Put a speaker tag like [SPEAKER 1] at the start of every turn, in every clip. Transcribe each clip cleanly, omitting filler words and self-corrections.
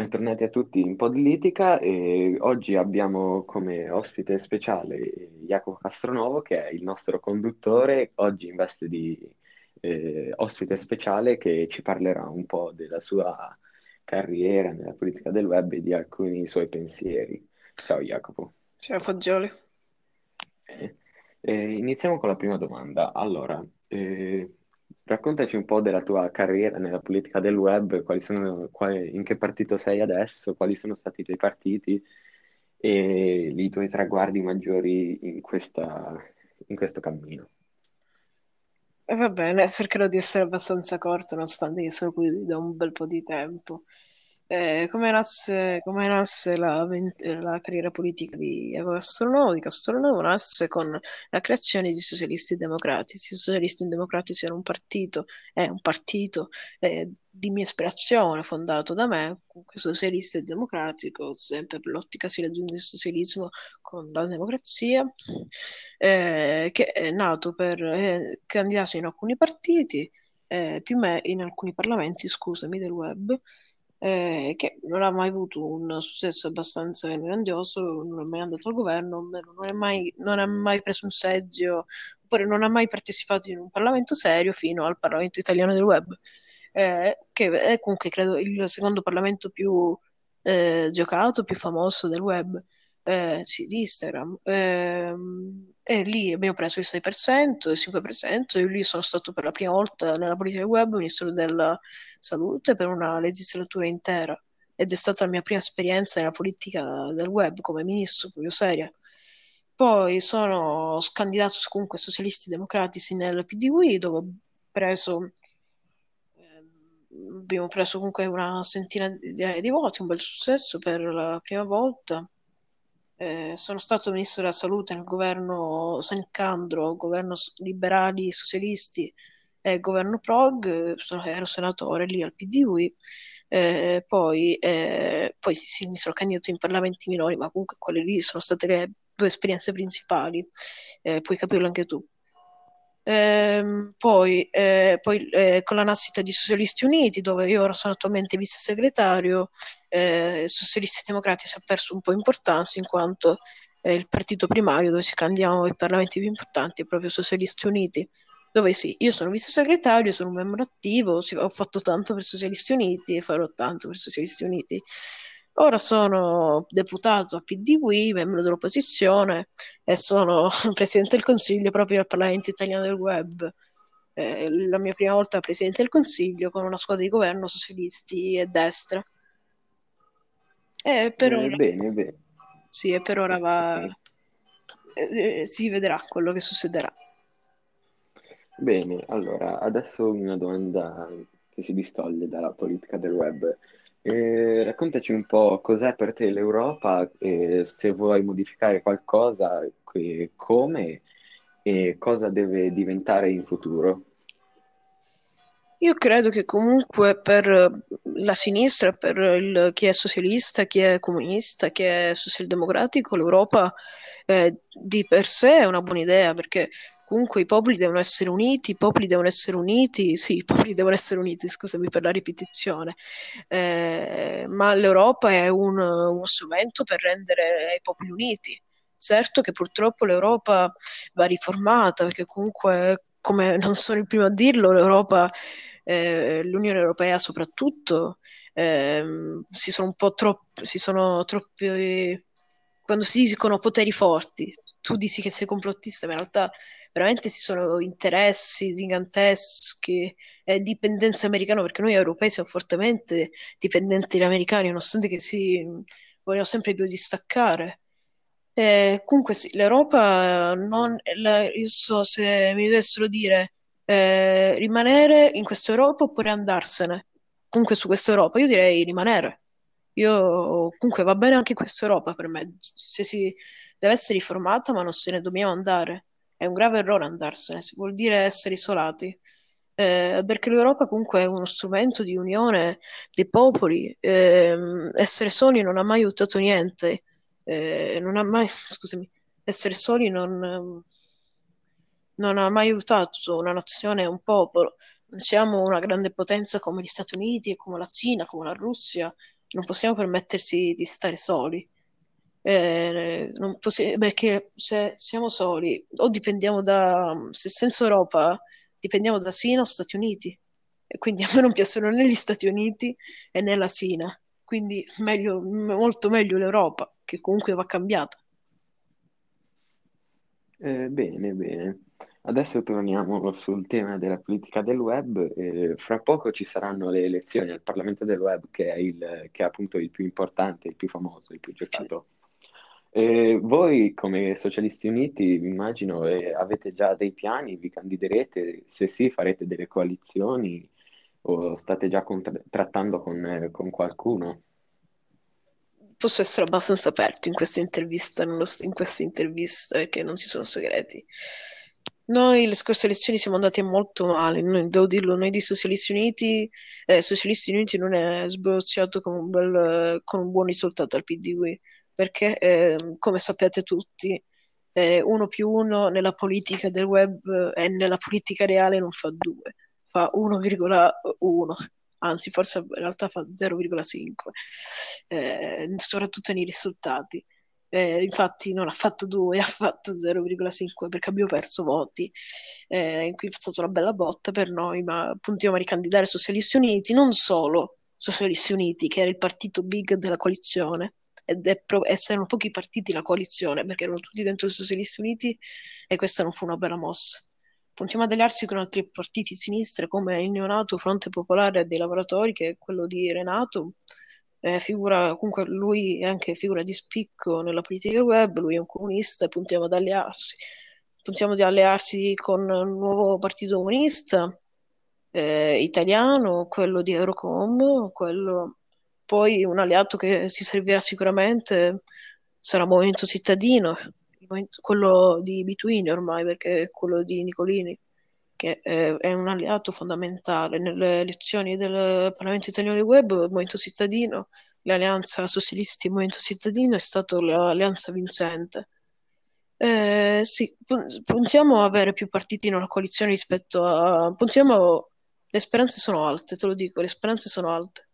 [SPEAKER 1] Bentornati a tutti in Podlitica e oggi abbiamo come ospite speciale Jacopo Castronovo che è il nostro conduttore, oggi in veste di ospite speciale che ci parlerà un po' della sua carriera nella politica del web e di alcuni suoi pensieri. Ciao Jacopo.
[SPEAKER 2] Ciao Fagioli.
[SPEAKER 1] Bene. Iniziamo con la prima domanda. Allora, raccontaci un po' della tua carriera nella politica del web, in che partito sei adesso, quali sono stati i tuoi partiti e i tuoi traguardi maggiori in questo cammino.
[SPEAKER 2] E va bene, cercherò di essere abbastanza corto, nonostante che sono qui da un bel po' di tempo. Come nasce la carriera politica di Castronovo? Nasce con la creazione di Socialisti Democratici. I Socialisti Democratici erano è un partito di mia ispirazione, fondato da me, comunque socialista e democratico, sempre per l'ottica si raggiunge il socialismo con la democrazia, che è nato per candidarsi in alcuni partiti, in alcuni parlamenti, scusami, del web, che non ha mai avuto un successo abbastanza grandioso, non è mai andato al governo, non ha mai preso un seggio, oppure non ha mai partecipato in un Parlamento serio fino al Parlamento italiano del web, che è comunque credo il secondo Parlamento più giocato, più famoso del web, sì, di Instagram. E lì abbiamo preso il 6%, il 5%. Io lì sono stato per la prima volta nella politica del web ministro della salute per una legislatura intera. Ed è stata la mia prima esperienza nella politica del web come ministro, proprio seria. Poi sono candidato comunque socialisti democratici nel PDW, dove abbiamo preso comunque una centina di voti, un bel successo per la prima volta. Sono stato ministro della salute nel governo Sanicandro, governo liberali socialisti e governo Prog, ero senatore lì al PDW, poi sì, mi sono candidato in parlamenti minori, ma comunque quelle lì sono state le due esperienze principali, puoi capirlo anche tu. Poi con la nascita di Socialisti Uniti, dove io ora sono attualmente vice segretario, Socialisti Democratici ha perso un po' importanza in quanto il partito primario dove si candidano i parlamenti più importanti è proprio Socialisti Uniti, dove sì, io sono vice segretario, sono un membro attivo, sì, ho fatto tanto per Socialisti Uniti e farò tanto per Socialisti Uniti. Ora sono deputato a PDW, membro dell'opposizione e sono Presidente del Consiglio proprio al Parlamento italiano del web. La mia prima volta Presidente del Consiglio con una squadra di governo socialisti e destra. E per ora,
[SPEAKER 1] Bene, bene.
[SPEAKER 2] sì, e per ora va,
[SPEAKER 1] Ok.
[SPEAKER 2] si vedrà quello che succederà.
[SPEAKER 1] Bene, allora, adesso una domanda che si distoglie dalla politica del web. Raccontaci un po' cos'è per te l'Europa e se vuoi modificare qualcosa, come e cosa deve diventare in futuro.
[SPEAKER 2] Io credo che comunque per la sinistra, chi è socialista, chi è comunista, chi è socialdemocratico, l'Europa di per sé è una buona idea perché comunque i popoli devono essere uniti, i popoli devono essere uniti, sì, i popoli devono essere uniti, scusami per la ripetizione. Ma l'Europa è uno strumento per rendere i popoli uniti. Certo che purtroppo l'Europa va riformata perché comunque, come non sono il primo a dirlo, l'Unione Europea soprattutto, si sono troppi, quando si dicono poteri forti, tu dici che sei complottista, ma in realtà veramente ci sono interessi giganteschi e dipendenza americana, perché noi europei siamo fortemente dipendenti dagli americani, nonostante che si vogliono sempre più distaccare. Comunque sì, l'Europa non, io so se mi dovessero dire rimanere in questa Europa oppure andarsene. Comunque su questa Europa io direi rimanere. Io comunque va bene anche questa Europa per me. Se si deve essere riformata, ma non se ne dobbiamo andare. È un grave errore andarsene, vuol dire essere isolati. Perché l'Europa comunque è uno strumento di unione dei popoli. Essere soli non ha mai aiutato niente, non ha mai, scusami, essere soli non ha mai aiutato una nazione e un popolo. Non siamo una grande potenza come gli Stati Uniti, come la Cina, come la Russia, non possiamo permettersi di stare soli. Non perché se siamo soli o dipendiamo se senza Europa dipendiamo da Cina o Stati Uniti. E quindi a me non piacciono né gli Stati Uniti né la Cina. Quindi molto meglio l'Europa, che comunque va cambiata.
[SPEAKER 1] Bene, bene. Adesso torniamo sul tema della politica del web. Fra poco ci saranno le elezioni al Parlamento del web, che è appunto il più importante, il più famoso, il più
[SPEAKER 2] Sì.
[SPEAKER 1] giocato. Voi, come Socialisti Uniti, immagino, avete già dei piani? Vi candiderete? Se sì, farete delle coalizioni o state già trattando con qualcuno?
[SPEAKER 2] Posso essere abbastanza aperto in questa intervista, in queste interviste che non ci sono segreti. Noi le scorse elezioni siamo andati molto male, devo dirlo, noi di Socialisti Uniti non è sbocciato con un buon risultato al PDW, perché come sapete tutti, uno più uno nella politica del web e nella politica reale non fa due, fa 1,1, anzi forse in realtà fa 0,5, soprattutto nei risultati. Infatti non ha fatto 2, ha fatto 0,5 perché abbiamo perso voti. Qui è stata una bella botta per noi, ma puntiamo a ricandidare Socialisti Uniti, non solo Socialisti Uniti, che era il partito big della coalizione, ed erano pochi partiti la coalizione, perché erano tutti dentro i Socialisti Uniti e questa non fu una bella mossa. Puntiamo ad allearsi con altri partiti di sinistra come il neonato Fronte Popolare dei Lavoratori, che è quello di Renato, figura, comunque lui è anche figura di spicco nella politica web, lui è un comunista e puntiamo ad allearsi. Puntiamo ad allearsi con un nuovo partito comunista italiano, quello di Eurocom, poi un alleato che si servirà sicuramente sarà Movimento Cittadino, quello di Between ormai, perché è quello di Nicolini, che è un alleato fondamentale nelle elezioni del Parlamento italiano del web. Il Movimento Cittadino, l'alleanza socialisti Movimento Cittadino è stata l'alleanza vincente. Sì, puntiamo a avere più partiti nella coalizione rispetto a... Puntiamo... Le speranze sono alte, te lo dico, le speranze sono alte.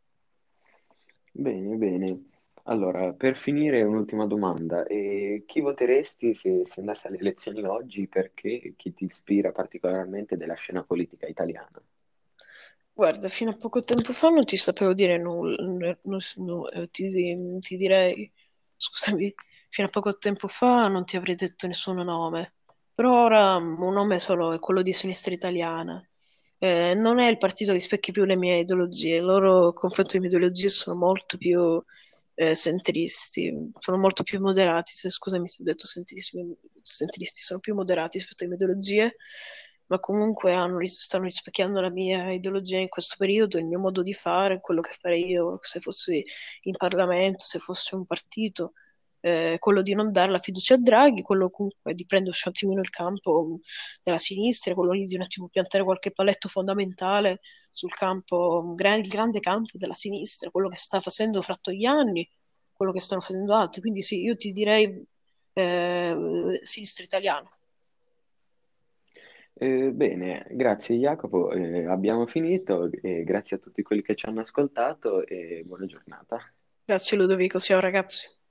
[SPEAKER 1] Bene, bene. Allora, per finire, un'ultima domanda. Chi voteresti se andassi alle elezioni oggi? Perché chi ti ispira particolarmente della scena politica italiana?
[SPEAKER 2] Guarda, fino a poco tempo fa non ti sapevo dire nulla, ti direi, scusami, fino a poco tempo fa non ti avrei detto nessun nome, però ora un nome solo è quello di Sinistra Italiana. Non è il partito che rispecchia più le mie ideologie, il loro confronto di mie ideologie sono molto più centristi, sono molto più moderati, scusami se ho detto centristi, sono più moderati rispetto alle mie ideologie, ma comunque stanno rispecchiando la mia ideologia in questo periodo, il mio modo di fare, quello che farei io se fossi in Parlamento, se fossi un partito, quello di non dare la fiducia a Draghi, quello comunque di prendersi un attimino il campo della sinistra, quello lì di un attimo piantare qualche paletto fondamentale sul campo, il grande campo della sinistra, quello che sta facendo Frattoianni, quello che stanno facendo altri. Quindi sì, io ti direi sinistra italiana.
[SPEAKER 1] Bene, grazie Jacopo. Abbiamo finito. Grazie a tutti quelli che ci hanno ascoltato e buona giornata.
[SPEAKER 2] Grazie Ludovico, ciao ragazzi.